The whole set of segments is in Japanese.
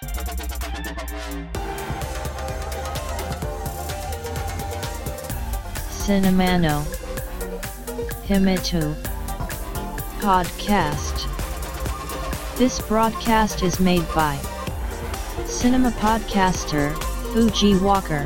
Cinemano Himitu Podcast. This broadcast is made by Cinema Podcaster Fuji Walker.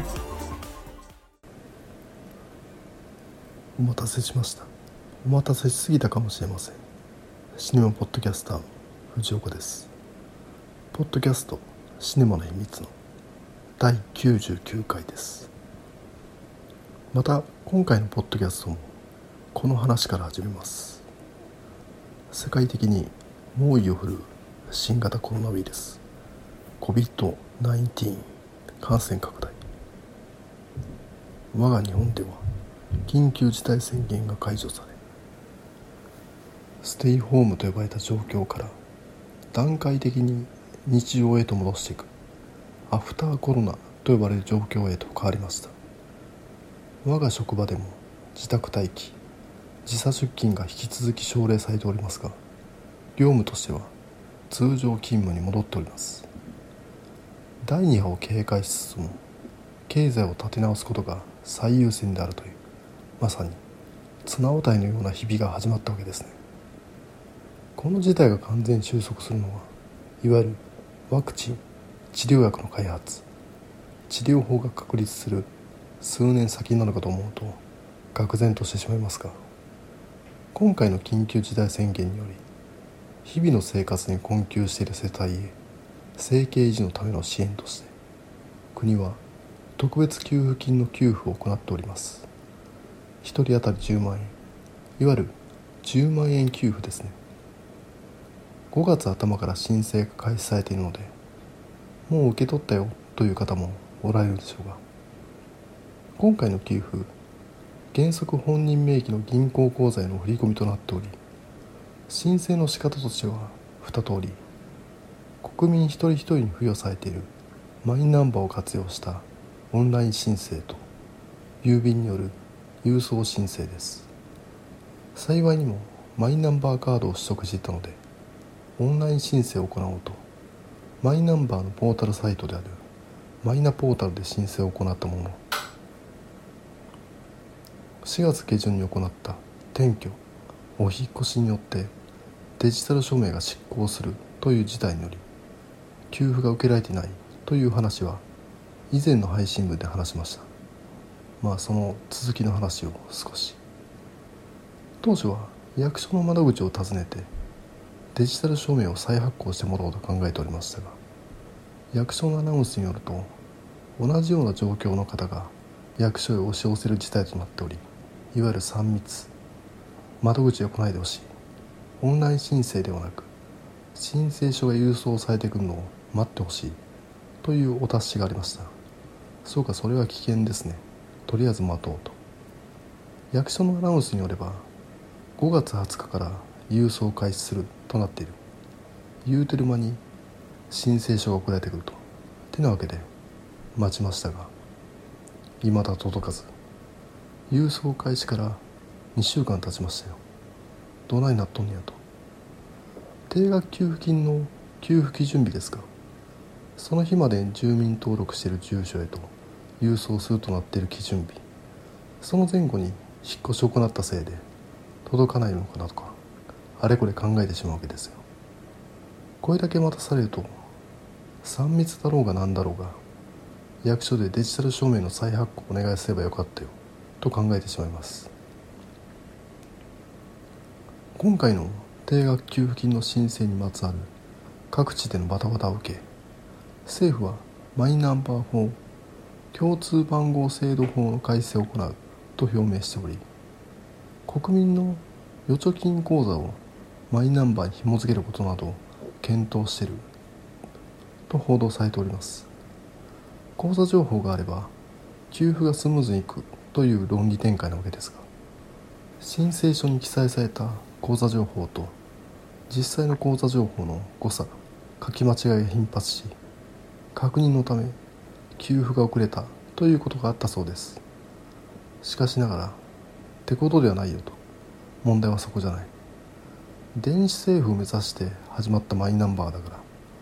お待たせしました。お待たせしすぎたかもしれません。シネマポッドキャスターの藤岡です。ポッドキャストシネマの秘密の第99回です。また今回のポッドキャストもこの話から始めます。世界的に猛威を振るう新型コロナウイルス COVID-19 感染拡大。我が日本では緊急事態宣言が解除され、ステイホームと呼ばれた状況から段階的に日常へと戻していくアフターコロナと呼ばれる状況へと変わりました。我が職場でも自宅待機、時差出勤が引き続き奨励されておりますが、業務としては通常勤務に戻っております。第2波を警戒しつつも経済を立て直すことが最優先であるという、まさに綱渡りのような日々が始まったわけですね。この事態が完全に収束するのはいわゆるワクチン、治療薬の開発、治療法が確立する数年先なのかと思うと愕然としてしまいますが、今回の緊急事態宣言により日々の生活に困窮している世帯へ生計維持のための支援として国は特別給付金の給付を行っております。1人当たり10万円、いわゆる10万円給付ですね。5月頭から申請が開始されているので、もう受け取ったよという方もおられるでしょうが、今回の給付、原則本人名義の銀行口座への振り込みとなっており、申請の仕方としては2通り、国民一人一人に付与されているマイナンバーを活用したオンライン申請と郵便による郵送申請です。幸いにもマイナンバーカードを取得していたので、オンライン申請を行おうとマイナンバーのポータルサイトであるマイナポータルで申請を行ったものの、4月下旬に行った転居、お引っ越しによってデジタル署名が失効するという事態により給付が受けられていないという話は以前の配信分で話しました。その続きの話を少し。当初は役所の窓口を訪ねてデジタル署名を再発行してもらおうと考えておりましたが、役所のアナウンスによると同じような状況の方が役所へ押し寄せる事態となっており、いわゆる3密、窓口へ来ないでほしい、オンライン申請ではなく申請書が郵送されてくるのを待ってほしいというお達しがありました。そうか、それは危険ですね、とりあえず待とうと。役所のアナウンスによれば5月20日から郵送開始するとなっている。言うてる間に申請書が送られてくると。てなわけで待ちましたが、未だ届かず、郵送開始から2週間経ちましたよ。どないなっとんねやと。定額給付金の給付基準日ですが、その日までに住民登録している住所へと郵送するとなっている基準日、その前後に引っ越しを行ったせいで届かないのかなとか、あれこれ考えてしまうわけですよ。これだけ待たされると3密だろうが何だろうが役所でデジタル証明の再発行をお願いすればよかったよと考えてしまいます。今回の定額給付金の申請にまつわる各地でのバタバタを受け、政府はマイナンバー法、共通番号制度法の改正を行うと表明しており、国民の預貯金口座をマイナンバーに紐付けることなどを検討していると報道されております。口座情報があれば給付がスムーズにいくという論理展開なわけですが、申請書に記載された口座情報と実際の口座情報の誤差、書き間違いが頻発し、確認のため給付が遅れたということがあったそうです。しかしながらってことではないよと。問題はそこじゃない。電子政府を目指して始まったマイナンバーだから、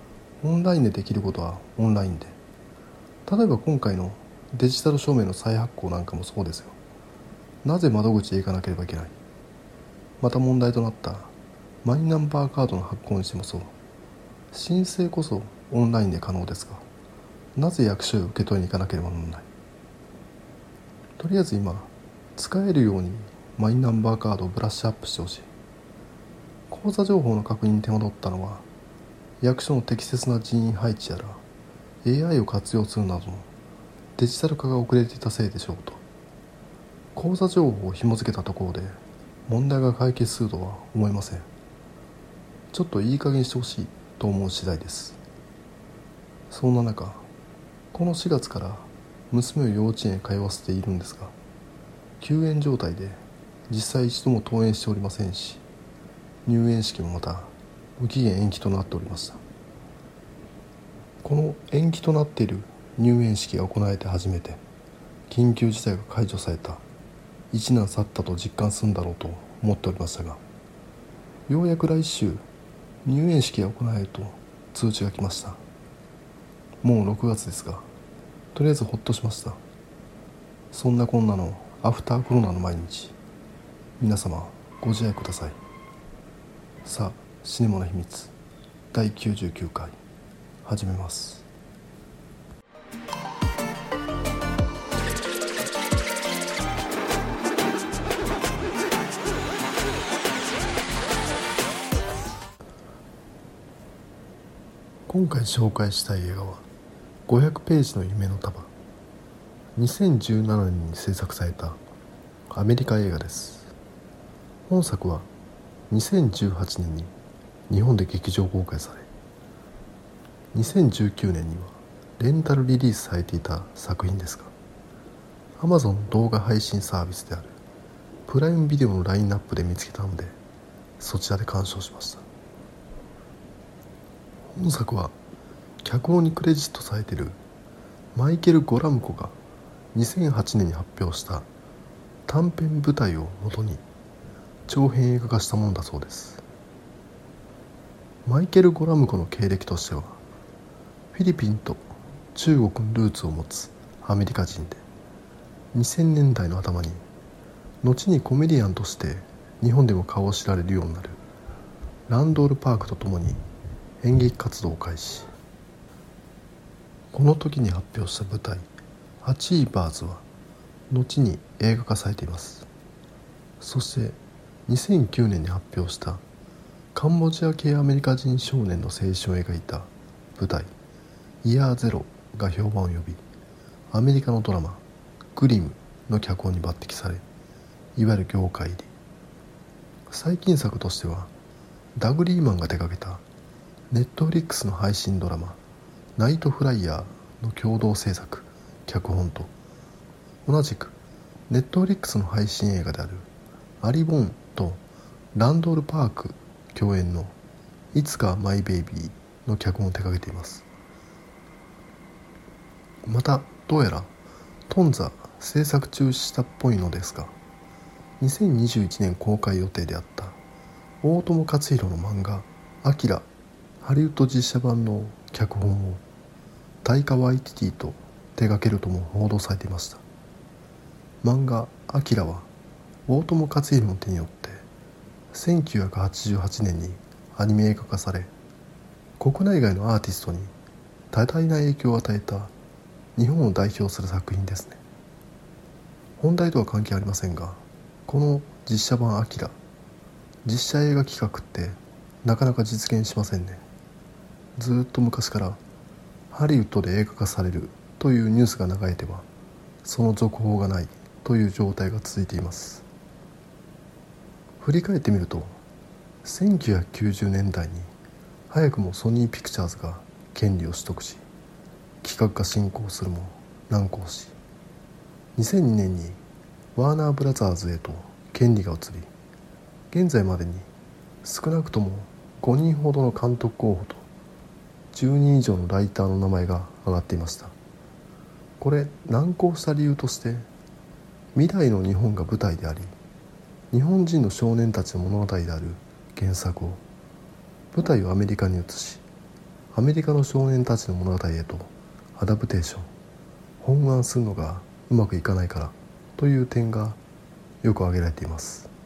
オンラインでできることはオンラインで、例えば今回のデジタル証明の再発行なんかもそうですよ。なぜ窓口へ行かなければいけない。また問題となったマイナンバーカードの発行にしてもそう。申請こそオンラインで可能ですが、なぜ役所へ受け取りに行かなければならない。とりあえず今使えるようにマイナンバーカードをブラッシュアップしてほしい。口座情報の確認に手間取ったのは、役所の適切な人員配置やら AI を活用するなどのデジタル化が遅れていたせいでしょうと。口座情報を紐付けたところで問題が解決するとは思えません。ちょっといい加減にしてほしいと思う次第です。そんな中、この4月から娘を幼稚園へ通わせているんですが、休園状態で実際一度も登園しておりませんし、入園式もまた無期限延期となっておりました。この延期となっている入園式が行われて初めて緊急事態が解除された、一難去ったと実感するんだろうと思っておりましたが、ようやく来週入園式が行われると通知が来ました。もう6月ですが、とりあえずほっとしました。そんなこんなのアフターコロナの毎日、皆様ご自愛ください。さあ、シネマの秘密第99回始めます。今回紹介したい映画は500ページの夢の束。2017年に制作されたアメリカ映画です。本作は2018年に日本で劇場公開され、2019年にはレンタルリリースされていた作品ですが、 Amazon 動画配信サービスであるプライムビデオのラインナップで見つけたので、そちらで鑑賞しました。本作は脚本にクレジットされているマイケル・ゴラムコが2008年に発表した短編舞台をもとに長編映画化したものだそうです。マイケル・ゴラムコの経歴としては、フィリピンと中国にルーツを持つアメリカ人で、2000年代の頭に後にコメディアンとして日本でも顔を知られるようになるランドール・パークとともに演劇活動を開始。この時に発表した舞台アチーバーズは後に映画化されています。そして2009年に発表したカンボジア系アメリカ人少年の青春を描いた舞台イヤーゼロが評判を呼び、アメリカのドラマグリムの脚本に抜擢され、いわゆる業界入り。最近作としてはダグリーマンが手掛けたネットフリックスの配信ドラマナイトフライヤーの共同制作脚本と、同じくネットフリックスの配信映画であるアリ・ボンとランドール・パーク共演のいつかマイ・ベイビーの脚本を手掛けています。またどうやらトンザ制作中止したっぽいのですが、2021年公開予定であった大友克洋の漫画アキラハリウッド実写版の脚本をタイカ・ワイティティと手掛けるとも報道されていました。漫画アキラは大友克洋の手によって1988年にアニメ映画化され、国内外のアーティストに多大な影響を与えた日本を代表する作品ですね。本題とは関係ありませんが、この実写版アキラ、実写映画企画ってなかなか実現しませんね。ずっと昔からハリウッドで映画化されるというニュースが流れては、その続報がないという状態が続いています。振り返ってみると、1990年代に早くもソニーピクチャーズが権利を取得し、企画が進行するも難航し、2002年にワーナーブラザーズへと権利が移り、現在までに少なくとも5人ほどの監督候補と10人以上のライターの名前が挙がっていました。これ難航した理由として、未来の日本が舞台であり、日本人の少年たちの物語である原作を舞台をアメリカに移し、 アメリカの少年たちの物語へとアダプテーション本案するのがうまくいかないからという点がよく挙げられています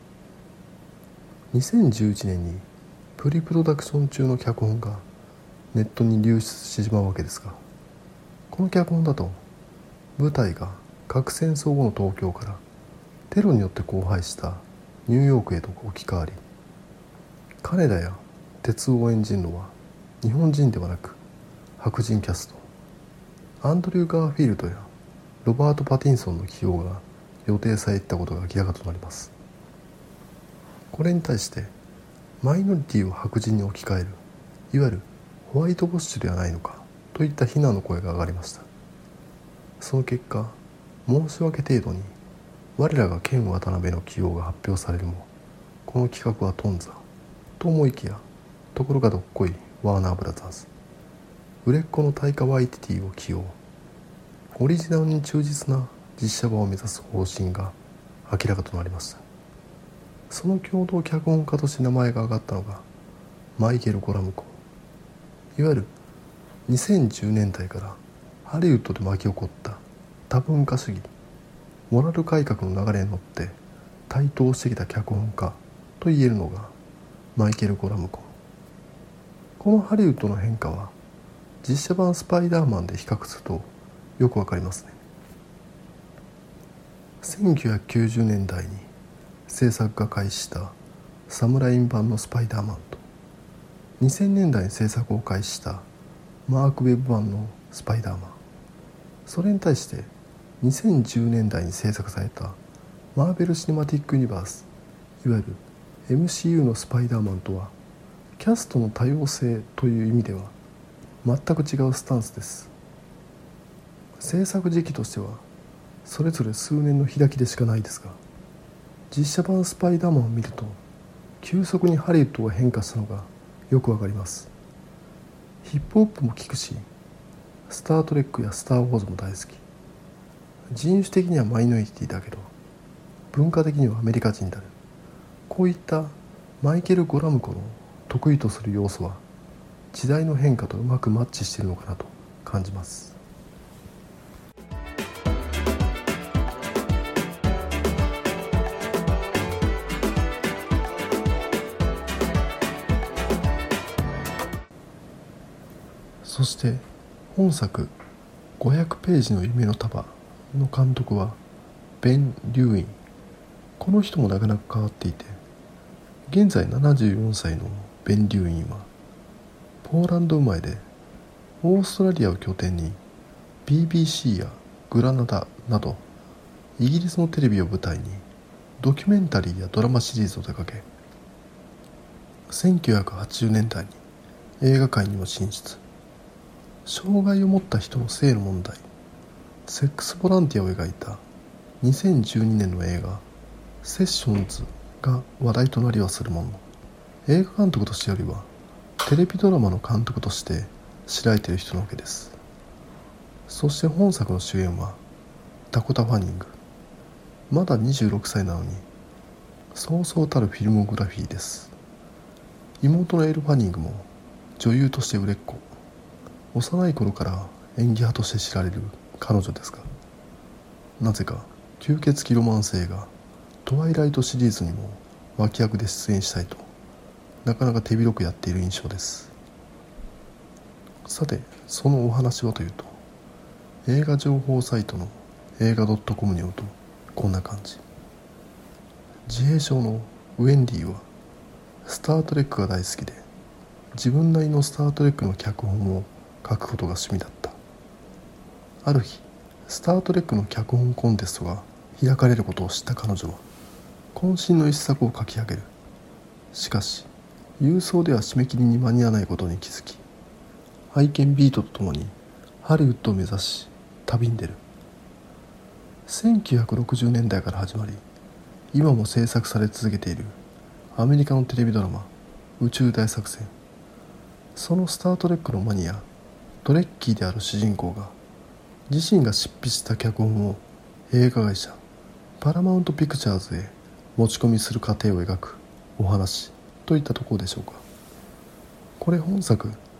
。2011年にプリプロダクション中の脚本がネットに流出してしまうわけですが、この脚本だと舞台が核戦争後の東京からテロによって荒廃したニューヨークへと置き換わり、金田や哲夫を演じるのは日本人ではなく白人キャスト、アンドリュー・ガーフィールドやロバート・パティンソンの起用が予定されていたことが明らかとなります。これに対してマイノリティを白人に置き換える、いわゆるホワイトウォッシュではないのかといった非難の声が上がりました。その結果、申し訳程度に我らがケン・渡辺の起用が発表されるも、この企画は頓挫と思いきや、ところがどっこいワーナーブラザーズ、売れっ子のタイカ・ワイティティを起用、オリジナルに忠実な実写版を目指す方針が明らかとなりました。その共同脚本家として名前が挙がったのがマイケル・ゴラムコ。いわゆる2010年代からハリウッドで巻き起こった多文化主義、モラル改革の流れに乗って台頭してきた脚本家と言えるのがマイケル・ゴラムコ。このハリウッドの変化は実写版スパイダーマンで比較するとよくわかりますね。1990年代に制作が開始したサムライン版のスパイダーマンと2000年代に制作を開始したマーク・ウェブ版のスパイダーマン、それに対して2010年代に制作されたマーベル・シネマティック・ユニバース、いわゆる MCU のスパイダーマンとはキャストの多様性という意味では全く違うスタンスです。制作時期としてはそれぞれ数年の開きでしかないですが、実写版スパイダーマンを見ると急速にハリウッドが変化したのがよくわかります。ヒップホップも聴くし、スタートレックやスターウォーズも大好き。人種的にはマイノリティだけど文化的にはアメリカ人である。こういったマイケル・ゴラムコの得意とする要素は時代の変化とうまくマッチしているのかなと感じます。そして本作500ページの夢の束の監督はベン・リューイン。この人もなかなか変わっていて、現在74歳のベン・リューインはポーランド生まれで、オーストラリアを拠点に BBC やグラナダなどイギリスのテレビを舞台にドキュメンタリーやドラマシリーズを手掛け、1980年代に映画界にも進出。障害を持った人の性の問題、セックスボランティアを描いた2012年の映画セッションズが話題となりはするものの、映画監督としてよりはテレビドラマの監督として知られている人なわけです。そして本作の主演はダコタ・ファニング。まだ26歳なのにそうそうたるフィルモグラフィーです。妹のエル・ファニングも女優として売れっ子。幼い頃から演技派として知られる彼女ですが、なぜか吸血鬼ロマンス映画トワイライトシリーズにも脇役で出演したいとなかなか手広くやっている印象です。さて、そのお話はというと、映画情報サイトの映画 .com によるとこんな感じ。自閉症のウェンディはスタートレックが大好きで、自分なりのスタートレックの脚本を書くことが趣味だった。ある日、スタートレックの脚本コンテストが開かれることを知った彼女は渾身の一作を書き上げる。しかし郵送では締め切りに間に合わないことに気づき、愛犬ビートとともにハリウッドを目指し旅に出る。1960年代から始まり、今も制作され続けているアメリカのテレビドラマ宇宙大作戦。そのスタートレックのマニアトレッキーである主人公が自身が執筆した脚本を映画会社パラマウントピクチャーズへ持ち込みする過程を描くお話といったところでしょうか。これ本作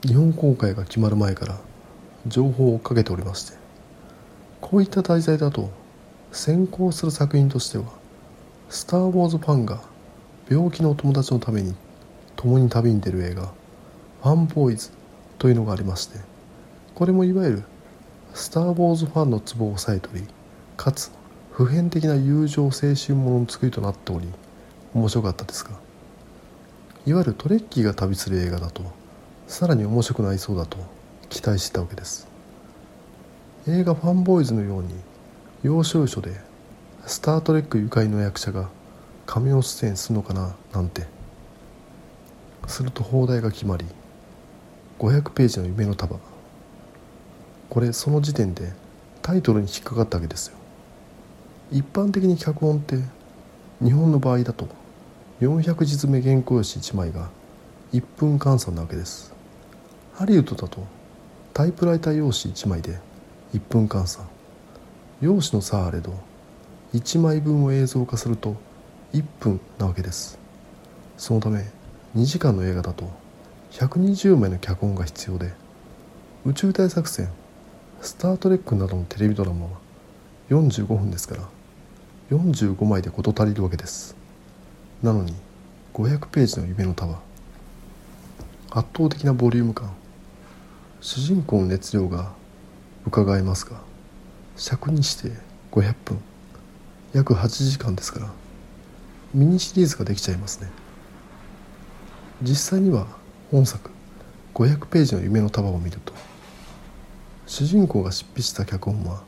日本公開が決まる前から情報を追っかけておりまして、こういった題材だと先行する作品としてはスター・ウォーズファンが病気のお友達のために共に旅に出る映画ファンボーイズというのがありまして、これもいわゆるスター・ウォーズファンのツボを押さえ取り、かつ普遍的な友情青春ものの作りとなっており面白かったですが、いわゆるトレッキーが旅する映画だとさらに面白くなりそうだと期待してたわけです。映画ファンボーイズのように要所要所でスタートレックゆかりの役者がカメオ出演するのかななんて。すると放題が決まり、500ページの夢の束、これその時点でタイトルに引っかかったわけですよ。一般的に脚本って日本の場合だと400字詰め原稿用紙1枚が1分換算なわけです。ハリウッドだとタイプライター用紙1枚で1分換算、用紙の差あれど1枚分を映像化すると1分なわけです。そのため2時間の映画だと120枚の脚本が必要で、宇宙大作戦、スタートレックなどのテレビドラマは45分ですから45枚で事足りるわけです。なのに500ページの夢の束、圧倒的なボリューム感、主人公の熱量が伺えますが、尺にして500分、約8時間ですからミニシリーズができちゃいますね。実際には本作500ページの夢の束を見ると、主人公が執筆した脚本は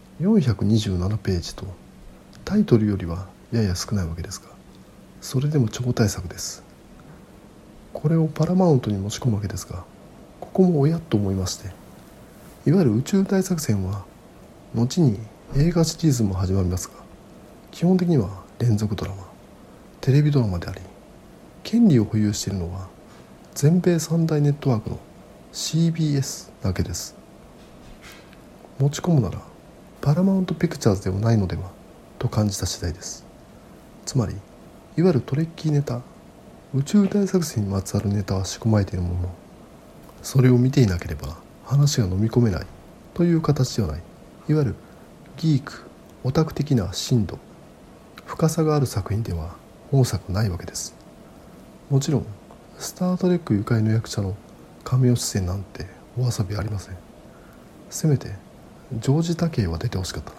427ページとタイトルよりはやや少ないわけですが、それでも超大作です。これをパラマウントに持ち込むわけですが、ここもおやっと思いまして、いわゆる宇宙大作戦は後に映画シリーズも始まりますが、基本的には連続ドラマ、テレビドラマであり、権利を保有しているのは全米三大ネットワークの CBS だけです。持ち込むならパラマウントピクチャーズではないのではと感じた次第です。つまりいわゆるトレッキーネタ、宇宙大作戦にまつわるネタは仕込まれているものの、それを見ていなければ話が飲み込めないという形ではない、いわゆるギーク、オタク的な深度、深さがある作品では本作ないわけです。もちろんスタートレックゆかりの役者のカメオ出演なんてお遊びありません。せめてジョージ・タケイは出てほしかったな。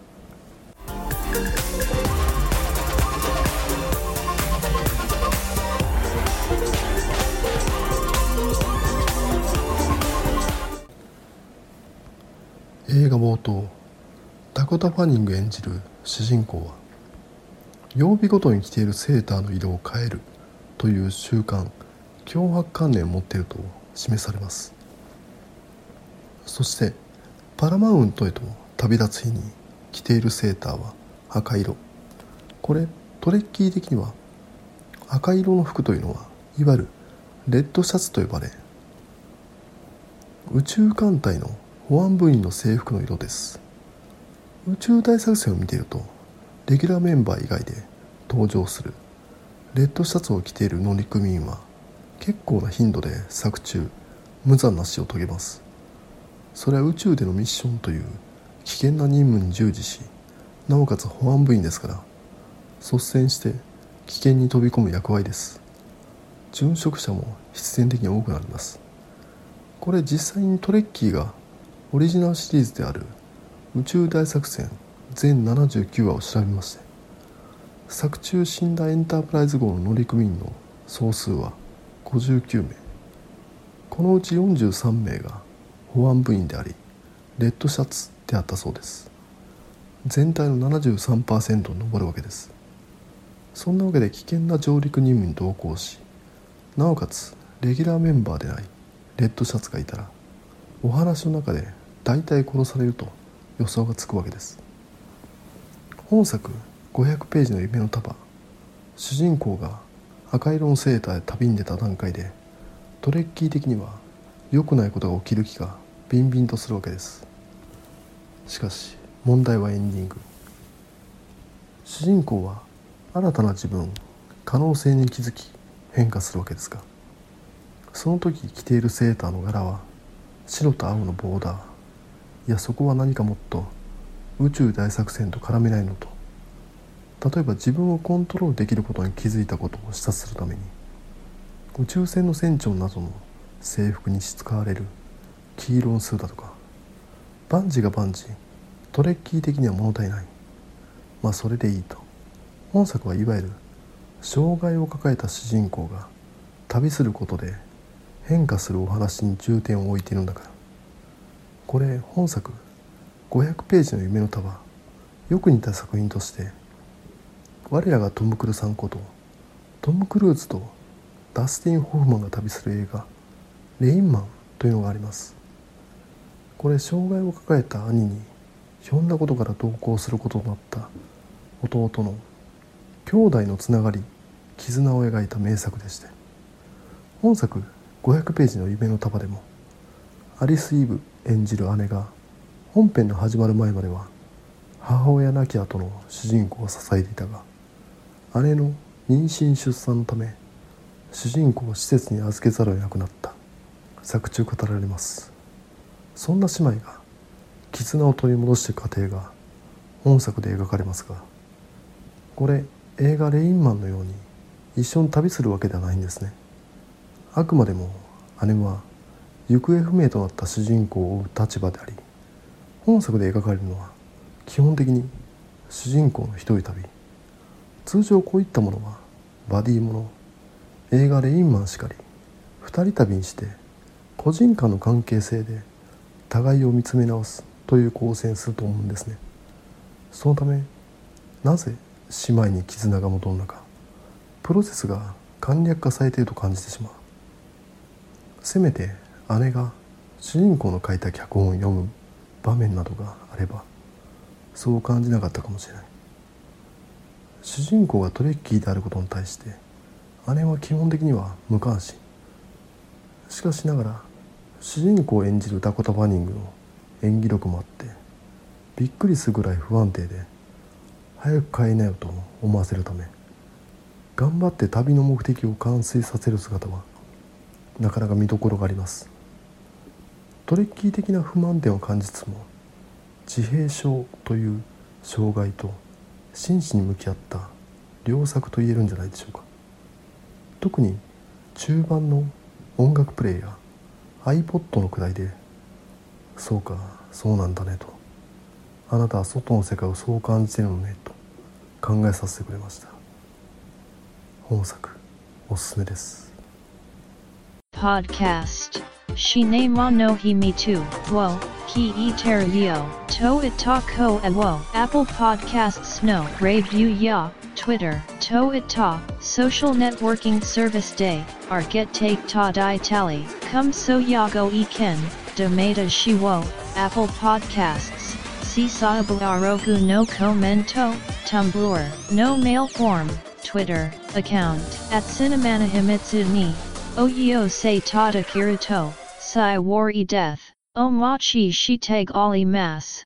映画冒頭、ダコタ・ファニング演じる主人公は曜日ごとに着ているセーターの色を変えるという習慣、強迫観念を持っていると示されます。そしてパラマウントへと旅立つ日に着ているセーターは赤色。これトレッキー的には赤色の服というのはいわゆるレッドシャツと呼ばれ、宇宙艦隊の保安部員の制服の色です。宇宙大作戦を見ているとレギュラーメンバー以外で登場するレッドシャツを着ている乗組員は結構な頻度で作中無残な死を遂げます。それは宇宙でのミッションという危険な任務に従事し、なおかつ保安部員ですから率先して危険に飛び込む役割です。殉職者も必然的に多くなります。これ実際にトレッキーがオリジナルシリーズである宇宙大作戦全79話を調べまして、作中死んだエンタープライズ号の乗組員の総数は59名。このうち43名が保安部員でありレッドシャツであったそうです。全体の 73% に上るわけです。そんなわけで危険な上陸任務に同行し、なおかつレギュラーメンバーでないレッドシャツがいたらお話の中で大体殺されると予想がつくわけです。本作500ページの夢の束、主人公が赤色のセーターで旅に出た段階でトレッキー的には良くないことが起きる気がビンビンとするわけです。しかし問題はエンディング。主人公は新たな自分、可能性に気づき変化するわけですが、 その時着ているセーターの柄は白と青のボーダー。いや、そこは何かもっと宇宙大作戦と絡めないのと。例えば自分をコントロールできることに気づいたことを示唆するために、宇宙船の船長などの制服に使われる黄色のスーだとか、バンジーがバンジー、トレッキー的には物足りない。まあそれでいいと。本作はいわゆる障害を抱えた主人公が旅することで変化するお話に重点を置いているんだから。これ本作500ページの夢の束、よく似た作品として、我らがトム・クルさんことトム・クルーズとダスティン・ホフマンが旅する映画レインマンというのがあります。これ障害を抱えた兄にひょんなことから同行することとなった弟の兄弟のつながり、絆を描いた名作でして、本作500ページの夢の束でもアリス・イブ演じる姉が本編の始まる前までは母親亡き後の主人公を支えていたが、姉の妊娠出産のため主人公を施設に預けざるを得なくなった作中語られます。そんな姉妹が絆を取り戻していく過程が本作で描かれますが、これ映画レインマンのように一緒に旅するわけではないんですね。あくまでも姉は行方不明となった主人公を追う立場であり、本作で描かれるのは基本的に主人公の一人旅。通常こういったものはバディもの、映画レインマンしかり二人旅にして個人間の関係性で互いを見つめ直すという構成にすると思うんですね。そのためなぜ姉妹に絆が戻るのか、プロセスが簡略化されていると感じてしまう。せめて姉が主人公の書いた脚本を読む場面などがあればそう感じなかったかもしれない。主人公がトレッキーであることに対して姉は基本的には無関心。しかしながら主人公を演じるダコタ・ファニングの演技力もあってびっくりするぐらい不安定で、早く帰りなよと思わせるため頑張って旅の目的を完遂させる姿はなかなか見どころがあります。トレッキー的な不満点を感じつつも、自閉症という障害と真摯に向き合った良作と言えるんじゃないでしょうか。特に中盤の音楽プレイや iPod のくらいで、そうかそうなんだねと、あなたは外の世界をそう感じてるのねと考えさせてくれました。本作おすすめです。 Podcast Shine mo no himi tu wo ki iter yo to itako e wo Apple Podcasts no review ya Twitter to ita social networking service day ar get take ta di tally come so yago iken domata shiwo Apple Podcasts Sisabu arogu no commento Tumblr no mail form Twitter account at Cinemanahimitsu ni Oyo se tada kiruto Sai wari death Omachi shiteg ali mas。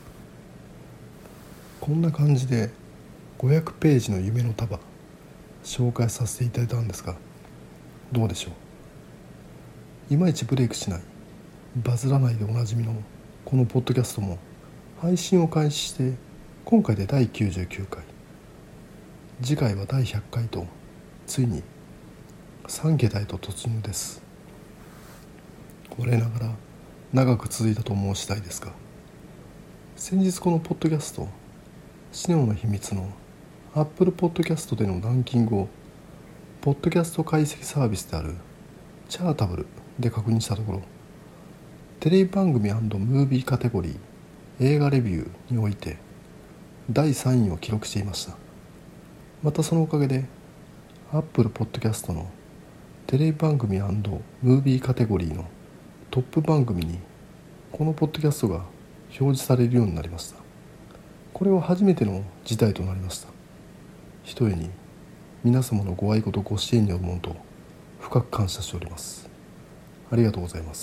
こんな感じで500ページの夢の束紹介させていただいたんですが、どうでしょう。いまいちブレイクしない、バズらないでおなじみのこのポッドキャストも配信を開始して今回で第99回、次回は第100回とついに3桁へと突入です。我ながら長く続いたと思う次第ですが、先日このポッドキャストシネマの秘密の Apple Podcast でのランキングをポッドキャスト解析サービスであるチャータブルで確認したところ、テレビ番組&ムービーカテゴリー映画レビューにおいて第3位を記録していました。またそのおかげで Apple Podcast のテレビ番組&ムービーカテゴリーのトップ番組にこのポッドキャストが表示されるようになりました。これは初めての事態となりました。ひとえに皆様のご愛顧とご支援によるものと深く感謝しております。ありがとうございます。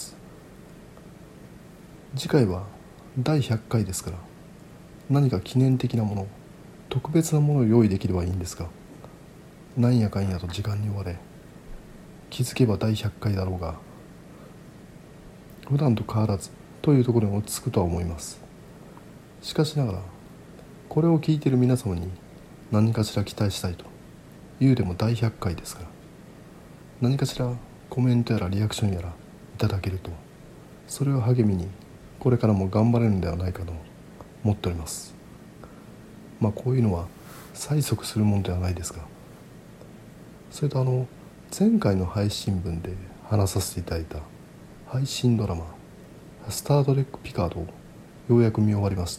次回は第100回ですから、何か記念的なもの、特別なものを用意できればいいんですが、なんやかんやと時間に追われ、 気づけば第100回だろうが、普段と変わらずというところに落ち着くとは思います。しかしながら、これを聞いている皆様に何かしら期待したいというでも第100回ですから、何かしらコメントやらリアクションやらいただけると、それを励みにこれからも頑張れるのではないかと思っております。こういうのは催促するものではないですが、それと前回の配信分で話させていただいた配信ドラマスタートレックピカードをようやく見終わりまして、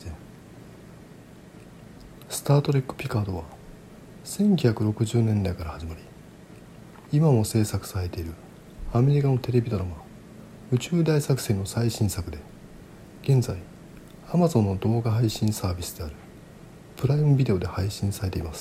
スタートレックピカードは1960年代から始まり、今も制作されているアメリカのテレビドラマ宇宙大作戦の最新作で、現在 Amazon の動画配信サービスであるプライムビデオで配信されています。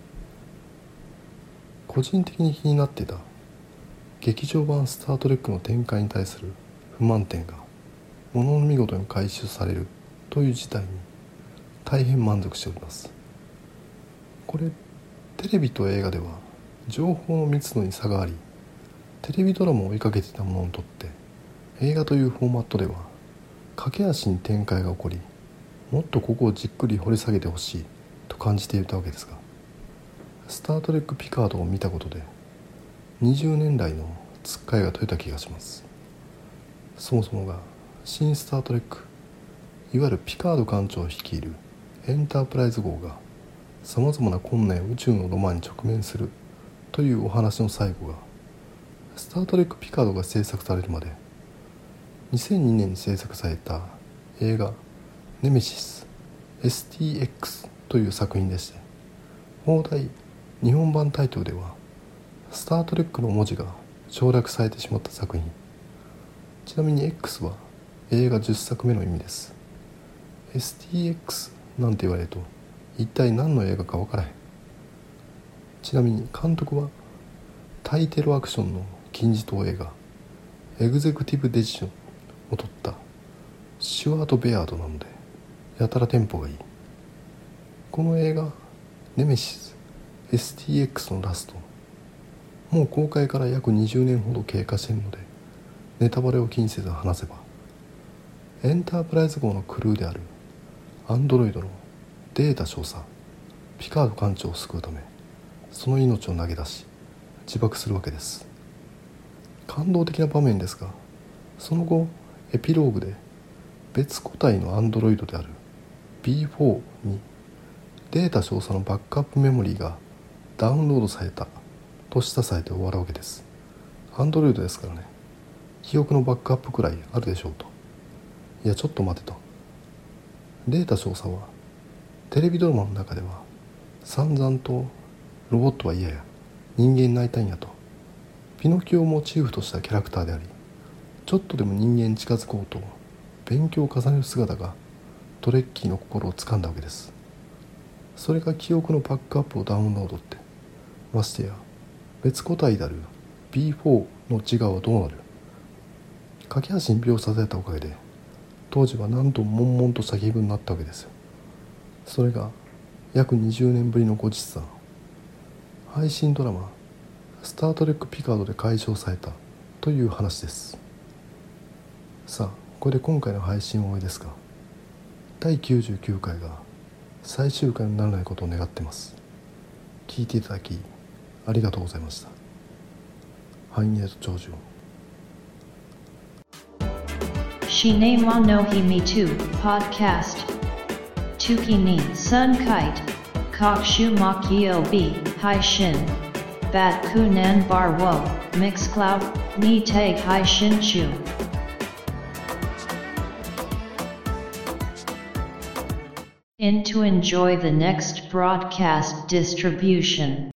個人的に気になっていた劇場版スタートレックの展開に対する不満点がものの見事に回収されるという事態に大変満足しております。これ、テレビと映画では情報の密度に差があり、テレビドラマを追いかけていた者にとって映画というフォーマットでは駆け足に展開が起こり、もっとここをじっくり掘り下げてほしいと感じていたわけですが、スタートレックピカードを見たことで20年来のつっかえが解いた気がします。そもそもが新スタートレック、いわゆるピカード艦長を率いるエンタープライズ号がさまざまな困難や宇宙のロマンに直面するというお話の最後が、スタートレックピカードが制作されるまで2002年に制作された映画ネメシス STX という作品でして、放題日本版タイトルではスタートレックの文字が省略されてしまった作品。ちなみに X は映画10作目の意味です。 STX なんて言われると一体何の映画か分からへん。ちなみに監督はタイテロアクションの金字塔映画エグゼクティブデジションを撮ったシュワート・ベアードなので、やたらテンポがいい。この映画ネメシス STX のラスト、もう公開から約20年ほど経過しているので、ネタバレを気にせず話せば、エンタープライズ号のクルーであるアンドロイドのデータ少佐ピカード艦長を救うため、その命を投げ出し自爆するわけです。感動的な場面ですが、その後エピローグで別個体のアンドロイドである B4 にデータ少佐のバックアップメモリーがダウンロードされたと示唆されて終わるわけです。アンドロイドですからね、記憶のバックアップくらいあるでしょうと。いやちょっと待てと。データ少佐はテレビドラマの中では散々とロボットは嫌や、人間になりたいんやとピノキオをモチーフとしたキャラクターであり、ちょっとでも人間に近づこうと勉強を重ねる姿がトレッキーの心を掴んだわけです。それが記憶のバックアップをダウンロードって、ましてや別個体である B4 の自我はどうなる。駆け足に描写されたおかげで当時は何とも悶々とした気分になったわけですよ。それが約20年ぶりの後日談、配信ドラマスタートレックピカードで解消されたという話です。さあ、これで今回の配信を終わりですが、第99回が最終回にならないことを願ってます。聞いていただきありがとうございました。繁栄と長寿。 Shine mo no hi me too podcast. Tuki ni sun kite. Kokshu makio b hai shin. Bat kunan bar wo mix cloud ni tag hai shin chu. In to enjoy the next broadcast distribution.